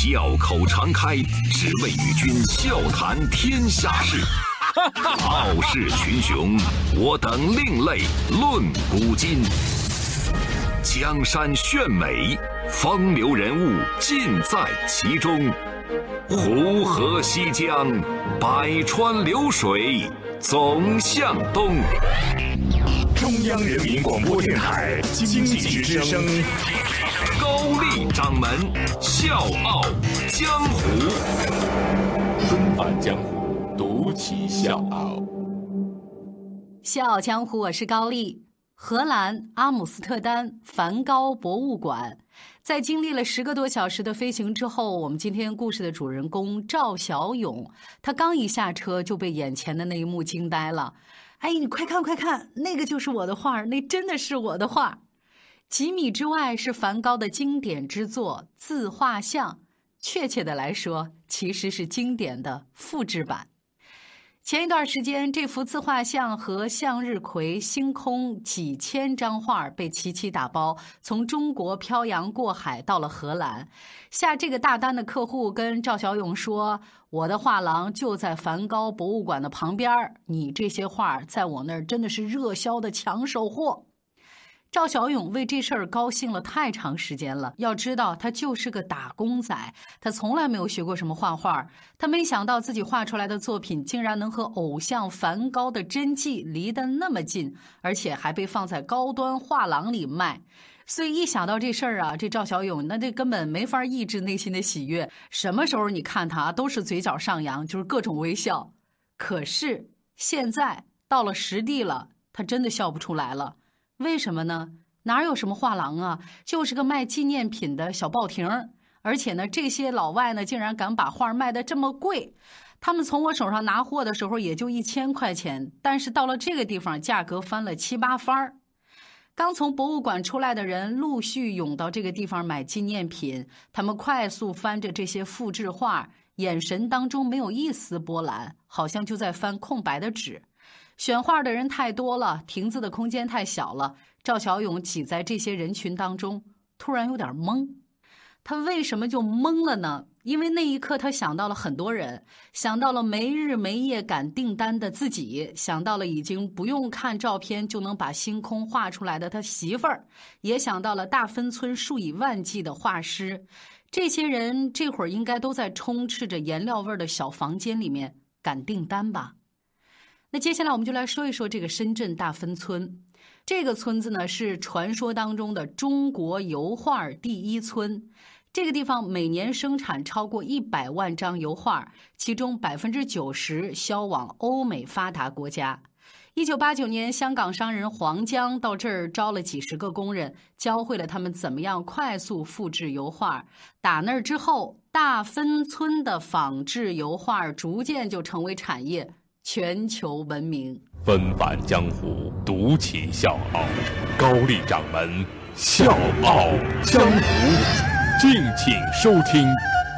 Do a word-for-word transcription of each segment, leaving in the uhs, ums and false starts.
笑口常开，只为与君笑谈天下事。傲视群雄，我等另类论古今。江山炫美，风流人物尽在其中。湖河西江，百川流水总向东。 中央人民广播电台经济之声， 高丽掌门笑傲江湖， 重返江湖，独骑笑傲。 笑傲江湖，我是高丽。荷兰阿姆斯特丹梵高博物馆，在经历了十个多小时的飞行之后，我们今天故事的主人公赵小勇，他刚一下车就被眼前的那一幕惊呆了。哎，你快看快看，那个就是我的画，那真的是我的画。几米之外是梵高的经典之作自画像，确切的来说，其实是经典的复制版。前一段时间，这幅自画像和向日葵、星空几千张画被齐齐打包，从中国漂洋过海到了荷兰。下这个大单的客户跟赵小勇说：“我的画廊就在梵高博物馆的旁边，你这些画在我那儿真的是热销的抢手货。”赵小勇为这事儿高兴了太长时间了。要知道，他就是个打工仔，他从来没有学过什么画画。他没想到自己画出来的作品竟然能和偶像梵高的真迹离得那么近，而且还被放在高端画廊里卖。所以一想到这事儿啊，这赵小勇那这根本没法抑制内心的喜悦。什么时候你看他都是嘴角上扬，就是各种微笑。可是现在到了实地了，他真的笑不出来了。为什么呢？哪有什么画廊啊，就是个卖纪念品的小报亭。而且呢，这些老外呢竟然敢把画卖得这么贵。他们从我手上拿货的时候也就一千块钱，但是到了这个地方价格翻了七八番。刚从博物馆出来的人陆续涌到这个地方买纪念品，他们快速翻着这些复制画，眼神当中没有一丝波澜，好像就在翻空白的纸。选画的人太多了，亭子的空间太小了，赵小勇挤在这些人群当中，突然有点懵。他为什么就懵了呢？因为那一刻他想到了很多人，想到了没日没夜赶订单的自己，想到了已经不用看照片就能把星空画出来的他媳妇儿，也想到了大芬村数以万计的画师。这些人这会儿应该都在充斥着颜料味的小房间里面赶订单吧。那接下来我们就来说一说这个深圳大芬村。这个村子呢是传说当中的中国油画第一村。这个地方每年生产超过一百万张油画，其中百分之九十销往欧美发达国家。一九八九年，香港商人黄江到这儿招了几十个工人，教会了他们怎么样快速复制油画。打那儿之后，大芬村的仿制油画逐渐就成为产业，全球闻名。 纷返江湖，独骑笑傲，高丽掌门笑傲江湖，敬请收听。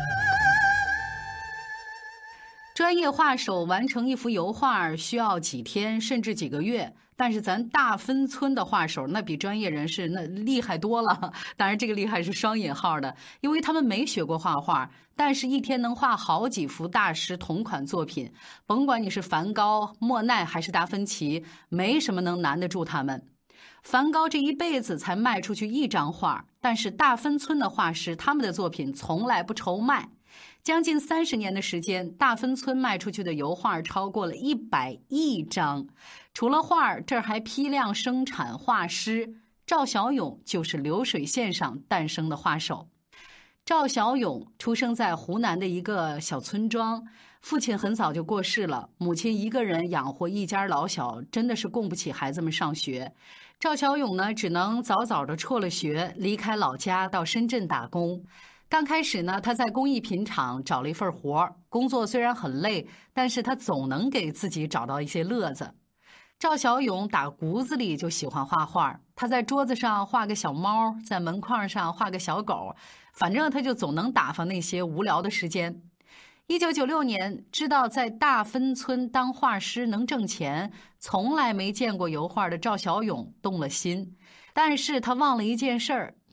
专业画手完成一幅油画需要几天甚至几个月，但是咱大芬村的画手那比专业人士那厉害多了。当然这个厉害是双引号的，因为他们没学过画画，但是一天能画好几幅大师同款作品。甭管你是梵高、莫奈还是达芬奇，没什么能难得住他们。梵高这一辈子才卖出去一张画，但是大芬村的画师他们的作品从来不愁卖。将近三十年的时间，大芬村卖出去的油画超过了一百亿张。除了画，这儿还批量生产画师。赵小勇就是流水线上诞生的画手。赵小勇出生在湖南的一个小村庄，父亲很早就过世了，母亲一个人养活一家老小，真的是供不起孩子们上学。赵小勇呢，只能早早的辍了学，离开老家到深圳打工。刚开始呢，他在工艺品厂找了一份活，工作虽然很累，但是他总能给自己找到一些乐子。赵小勇打骨子里就喜欢画画，他在桌子上画个小猫，在门框上画个小狗，反正他就总能打发那些无聊的时间。一九九六年，知道在大芬村当画师能挣钱，从来没见过油画的赵小勇动了心，但是他忘了一件事儿，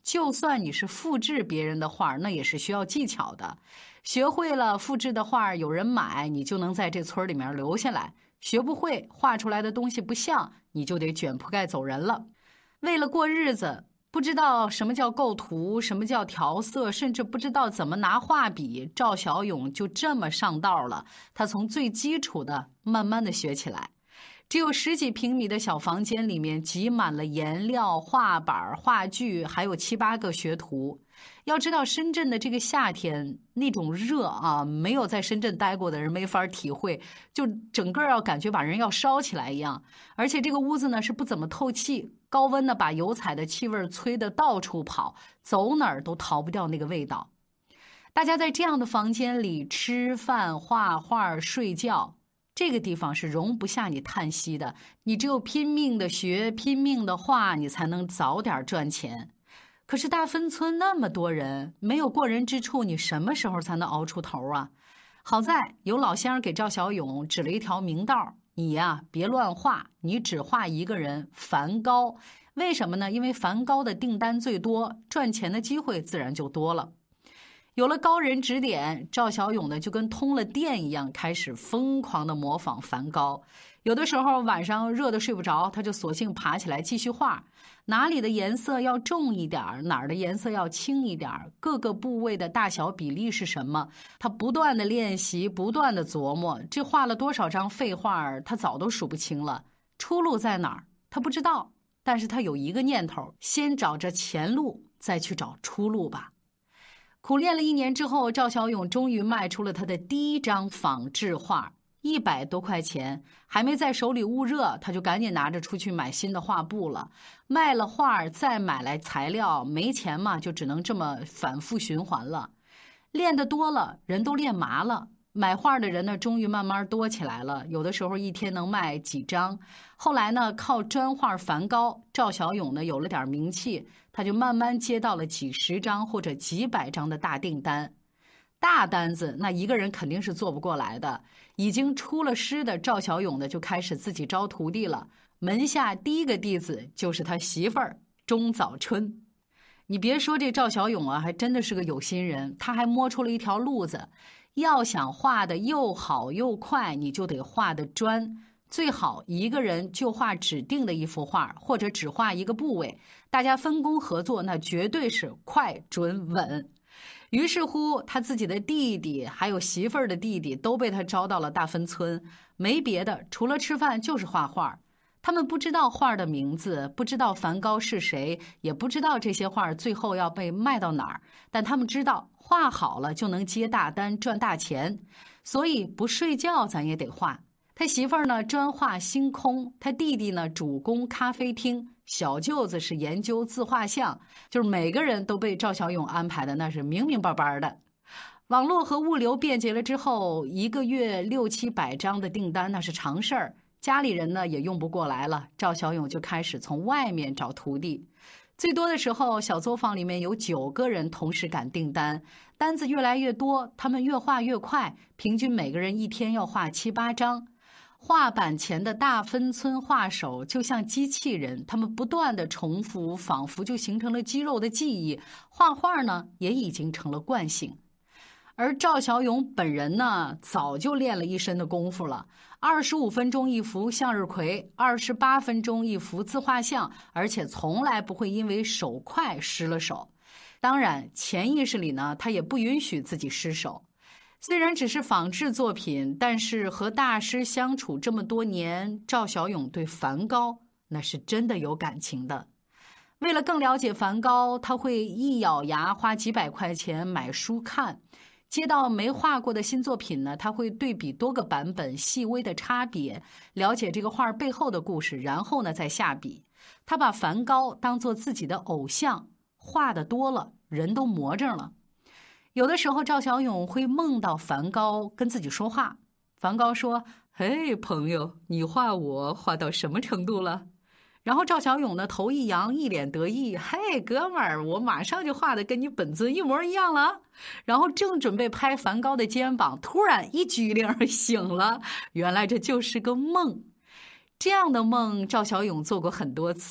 就算你是复制别人的画，那也是需要技巧的。学会了复制的画有人买，你就能在这村里面留下来。学不会，画出来的东西不像，你就得卷铺盖走人了。为了过日子，不知道什么叫构图，什么叫调色，甚至不知道怎么拿画笔，赵小勇就这么上道了。他从最基础的慢慢的学起来。只有十几平米的小房间里面挤满了颜料、画板、画具，还有七八个学徒。要知道深圳的这个夏天那种热啊，没有在深圳待过的人没法体会，就整个要感觉把人要烧起来一样。而且这个屋子呢是不怎么透气，高温呢把油彩的气味吹得到处跑，走哪儿都逃不掉那个味道。大家在这样的房间里吃饭、画画、睡觉，这个地方是容不下你叹息的。你只有拼命的学，拼命的画，你才能早点赚钱。可是大芬村那么多人，没有过人之处，你什么时候才能熬出头啊？好在有老乡给赵小勇指了一条明道，你呀别乱画，你只画一个人，梵高。为什么呢？因为梵高的订单最多，赚钱的机会自然就多了。有了高人指点，赵小勇呢就跟通了电一样，开始疯狂的模仿梵高。有的时候晚上热得睡不着，他就索性爬起来继续画，哪里的颜色要重一点，哪儿的颜色要轻一点，各个部位的大小比例是什么，他不断的练习，不断的琢磨。这画了多少张废画，他早都数不清了。出路在哪儿？他不知道，但是他有一个念头，先找着前路，再去找出路吧。苦练了一年之后，赵小勇终于卖出了他的第一张仿制画，一百多块钱，还没在手里捂热，他就赶紧拿着出去买新的画布了。卖了画，再买来材料，没钱嘛，就只能这么反复循环了。练得多了，人都练麻了。买画的人呢，终于慢慢多起来了，有的时候一天能卖几张。后来呢，靠专画梵高，赵小勇呢有了点名气，他就慢慢接到了几十张或者几百张的大订单。大单子那一个人肯定是做不过来的，已经出了师的赵小勇呢就开始自己招徒弟了。门下第一个弟子就是他媳妇儿钟早春。你别说这赵小勇啊，还真的是个有心人，他还摸出了一条路子。要想画的又好又快，你就得画的专，最好一个人就画指定的一幅画，或者只画一个部位，大家分工合作，那绝对是快准稳。于是乎，他自己的弟弟还有媳妇儿的弟弟都被他招到了大芬村，没别的，除了吃饭就是画画。他们不知道画的名字，不知道梵高是谁，也不知道这些画最后要被卖到哪儿，但他们知道画好了就能接大单赚大钱，所以不睡觉咱也得画。他媳妇儿呢专画星空，他弟弟呢主攻咖啡厅，小舅子是研究自画像，就是每个人都被赵小勇安排的那是明明白白的。网络和物流便捷了之后，一个月六七百张的订单那是常事儿。家里人呢也用不过来了，赵小勇就开始从外面找徒弟。最多的时候，小作坊里面有九个人同时赶订单，单子越来越多，他们越画越快，平均每个人一天要画七八张。画板前的大芬村画手就像机器人，他们不断的重复，仿佛就形成了肌肉的记忆。画画呢也已经成了惯性。而赵小勇本人呢，早就练了一身的功夫了。二十五分钟一幅向日葵，二十八分钟一幅自画像，而且从来不会因为手快失了手。当然，潜意识里呢，他也不允许自己失手。虽然只是仿制作品，但是和大师相处这么多年，赵小勇对梵高那是真的有感情的。为了更了解梵高，他会一咬牙花几百块钱买书看。接到没画过的新作品呢，他会对比多个版本细微的差别，了解这个画背后的故事，然后呢再下笔。他把梵高当作自己的偶像，画的多了，人都魔怔了。有的时候赵小勇会梦到梵高跟自己说话，梵高说：“嘿，朋友，你画我画到什么程度了？”然后赵小勇呢头一扬，一脸得意：“嘿，哥们儿，我马上就画的跟你本尊一模一样了。”然后正准备拍梵高的肩膀，突然一激灵醒了，原来这就是个梦。这样的梦赵小勇做过很多次，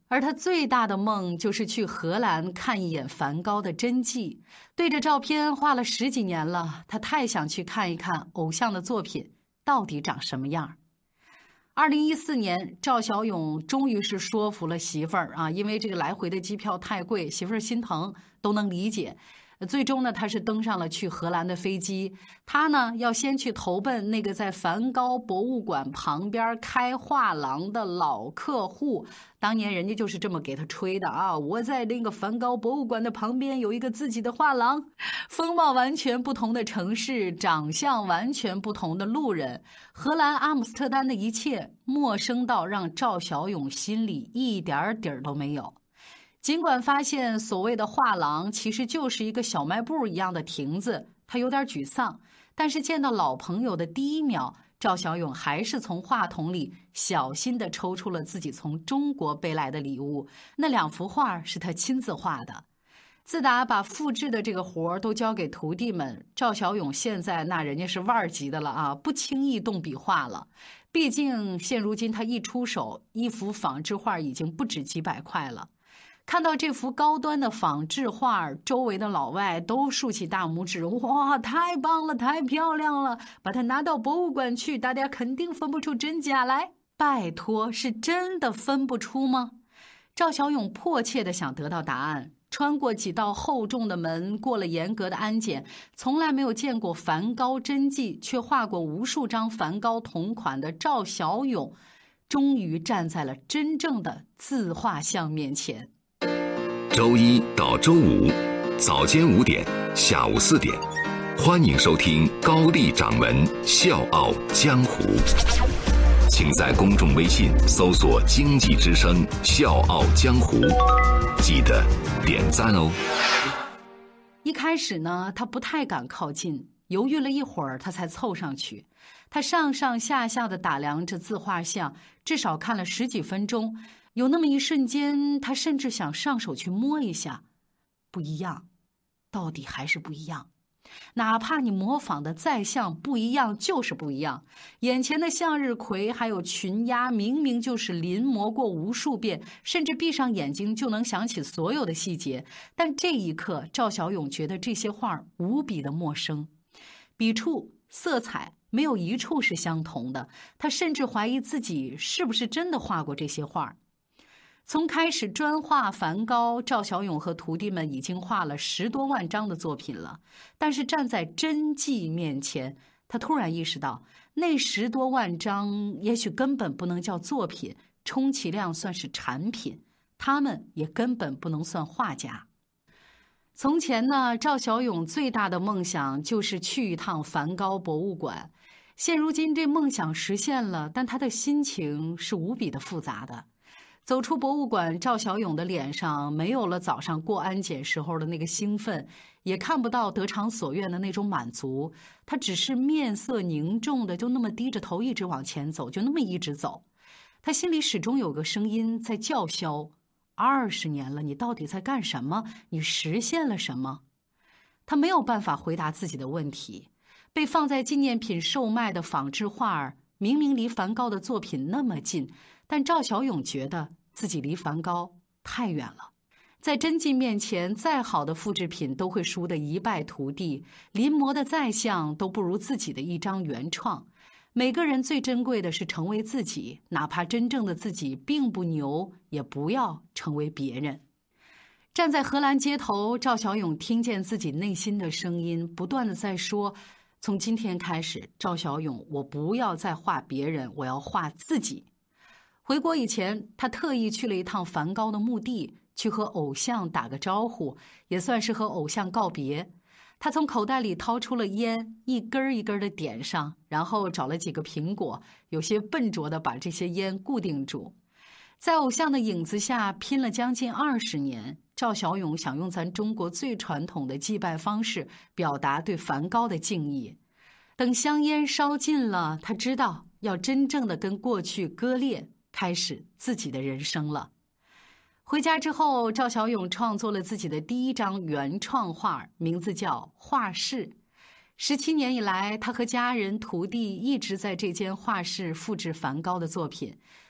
而他最大的梦就是去荷兰看一眼梵高的真迹。对着照片画了十几年了，他太想去看一看偶像的作品到底长什么样。二零一四年，赵小勇终于是说服了媳妇儿啊，因为这个来回的机票太贵，媳妇儿心疼，都能理解。最终呢，他是登上了去荷兰的飞机。他呢，要先去投奔那个在梵高博物馆旁边开画廊的老客户。当年人家就是这么给他吹的啊！我在那个梵高博物馆的旁边有一个自己的画廊。风貌完全不同的城市，长相完全不同的路人，荷兰阿姆斯特丹的一切陌生到让赵小勇心里一点底儿都没有。尽管发现所谓的画廊其实就是一个小卖部一样的亭子，他有点沮丧，但是见到老朋友的第一秒，赵小勇还是从话筒里小心地抽出了自己从中国背来的礼物。那两幅画是他亲自画的。自打把复制的这个活儿都交给徒弟们，赵小勇现在那人家是腕儿级的了啊，不轻易动笔画了。毕竟现如今他一出手，一幅仿制画已经不止几百块了。看到这幅高端的仿制画，周围的老外都竖起大拇指，哇，太棒了，太漂亮了，把它拿到博物馆去，大家肯定分不出真假来。拜托，是真的分不出吗？赵小勇迫切地想得到答案。穿过几道厚重的门，过了严格的安检，从来没有见过梵高真迹，却画过无数张梵高同款的赵小勇，终于站在了真正的自画像面前。 周一到周五早间五点，下午四点，欢迎收听高丽掌门笑傲江湖。请在公众微信搜索经济之声笑傲江湖，记得点赞哦。 一开始呢，他不太敢靠近，犹豫了一会儿，他才凑上去。他上上下下的打量着自画像，至少看了十几分钟。有那么一瞬间，他甚至想上手去摸一下。不一样，到底还是不一样。哪怕你模仿的再像，不一样就是不一样。眼前的向日葵还有群鸦，明明就是临摹过无数遍，甚至闭上眼睛就能想起所有的细节。但这一刻，赵小勇觉得这些画无比的陌生，笔触、色彩没有一处是相同的。他甚至怀疑自己是不是真的画过这些画。从开始专画梵高，赵小勇和徒弟们已经画了十多万张的作品了。但是站在真迹面前，他突然意识到，那十多万张也许根本不能叫作品，充其量算是产品，他们也根本不能算画家。从前呢，赵小勇最大的梦想就是去一趟梵高博物馆。现如今这梦想实现了，但他的心情是无比的复杂的。走出博物馆，赵小勇的脸上没有了早上过安检时候的那个兴奋，也看不到得偿所愿的那种满足。他只是面色凝重的，就那么低着头一直往前走，就那么一直走。他心里始终有个声音在叫嚣：二十年了，你到底在干什么？你实现了什么？他没有办法回答自己的问题。被放在纪念品售卖的仿制画儿，明明离梵高的作品那么近，但赵小勇觉得自己离梵高太远了。在真迹面前，再好的复制品都会输得一败涂地，临摹的再像都不如自己的一张原创。每个人最珍贵的是成为自己，哪怕真正的自己并不牛，也不要成为别人。站在荷兰街头，赵小勇听见自己内心的声音不断地在说，从今天开始，赵小勇，我不要再画别人，我要画自己。回国以前，他特意去了一趟梵高的墓地，去和偶像打个招呼，也算是和偶像告别。他从口袋里掏出了烟，一根一根的点上，然后找了几个苹果，有些笨拙地把这些烟固定住。在偶像的影子下拼了将近二十年，赵小勇想用咱中国最传统的祭拜方式表达对梵高的敬意。等香烟烧尽了，他知道要真正的跟过去割裂，开始自己的人生了。回家之后，赵小勇创作了自己的第一张原创画，名字叫《画室》。十七年以来，他和家人、徒弟一直在这间画室复制梵高的作品。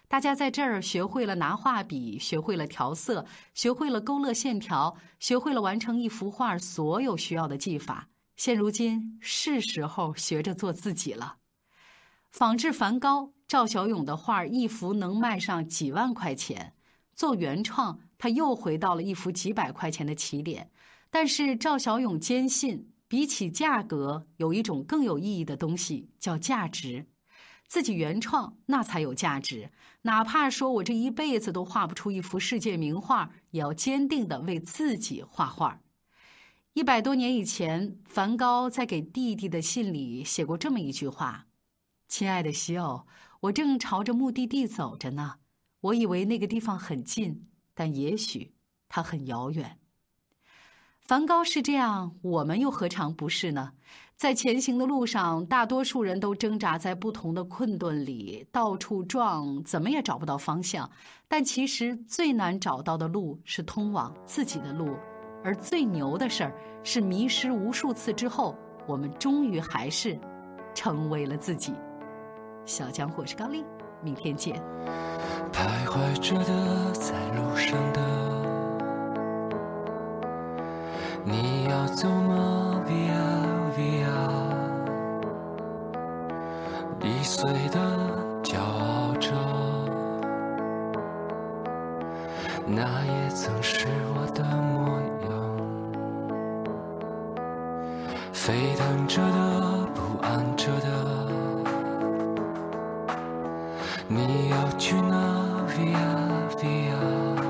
大家在这儿学会了拿画笔，学会了调色，学会了勾勒线条，学会了完成一幅画所有需要的技法。现如今是时候学着做自己了。仿制梵高、赵小勇的画一幅能卖上几万块钱，做原创他又回到了一幅几百块钱的起点。但是赵小勇坚信，比起价格，有一种更有意义的东西，叫价值。自己原创那才有价值，哪怕说我这一辈子都画不出一幅世界名画，也要坚定地为自己画画。一百多年以前，梵高在给弟弟的信里写过这么一句话：亲爱的西欧，我正朝着目的地走着呢，我以为那个地方很近，但也许它很遥远。梵高是这样，我们又何尝不是呢？在前行的路上，大多数人都挣扎在不同的困顿里，到处撞，怎么也找不到方向。但其实最难找到的路是通往自己的路，而最牛的事儿是迷失无数次之后，我们终于还是成为了自己。小江湖，我是高丽，明天见。 徘徊着的，在路上的，你要走吗 ？Via Via， 易碎的骄傲着，那也曾是我的模样。沸腾着的，不安着的，你要去哪 ？Via Via，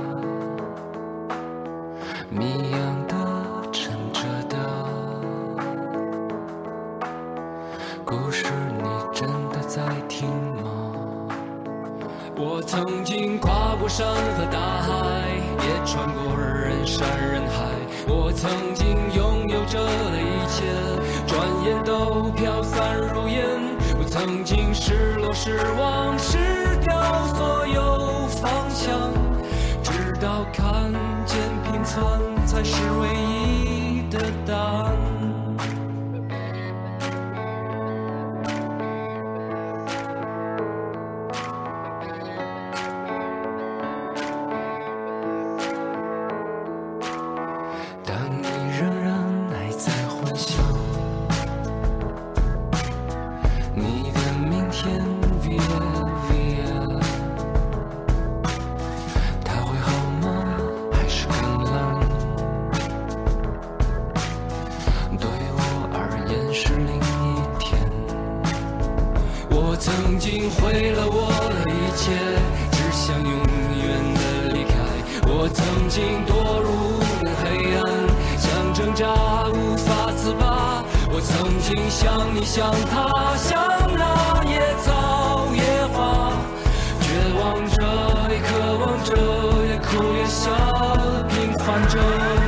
谜样的。故事你真的在听吗？我曾经跨过山和大海，也穿过人山人海。我曾经拥有着的一切，转眼都飘散如烟。我曾经失落失望失掉所有方向，直到看见平凡才是唯一的答案。曾经毁了我的一切，只想永远的离开。我曾经堕入黑暗，想挣扎无法自拔。我曾经像你像他，像那野草野花，绝望着也渴望着，也哭也笑，平凡着。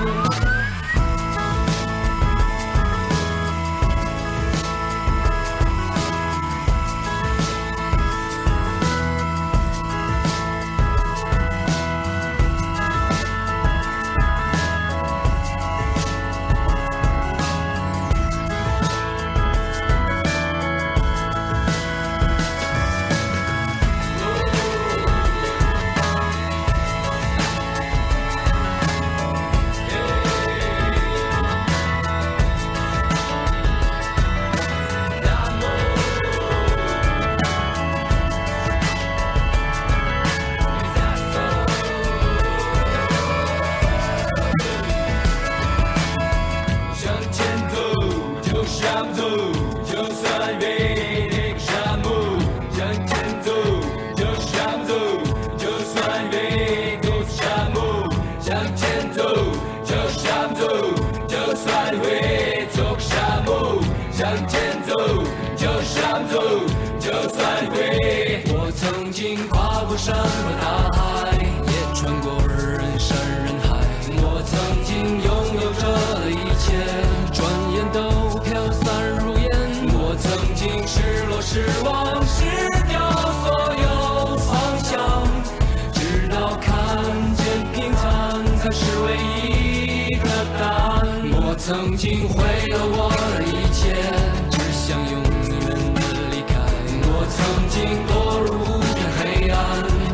我曾经跨过山和大海，也穿过人山人海。我曾经拥有着的一切，转眼都飘散如烟。我曾经失落失望失掉所有方向，直到看见平凡才是唯一的答案。我曾经毁了我的一切，只想永远的离开。我曾经堕入黑暗，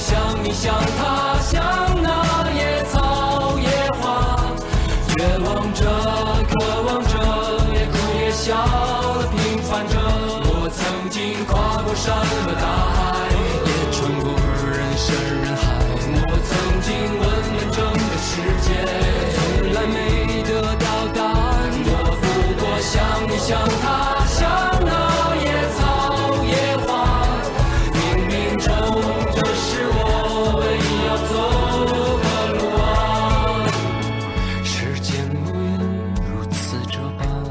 像你像他像那野草野花，绝望着渴望着也哭也笑的平凡着。我曾经跨过山和大海，也穿过人山人海。我曾经问问整个世界，从来没得到答案。我不过像你像他像那野草野花，冥冥中这是我唯一要走的路啊。时间无言如此这般，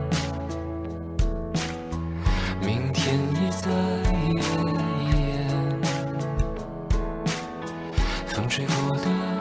明天也在眼，风吹过的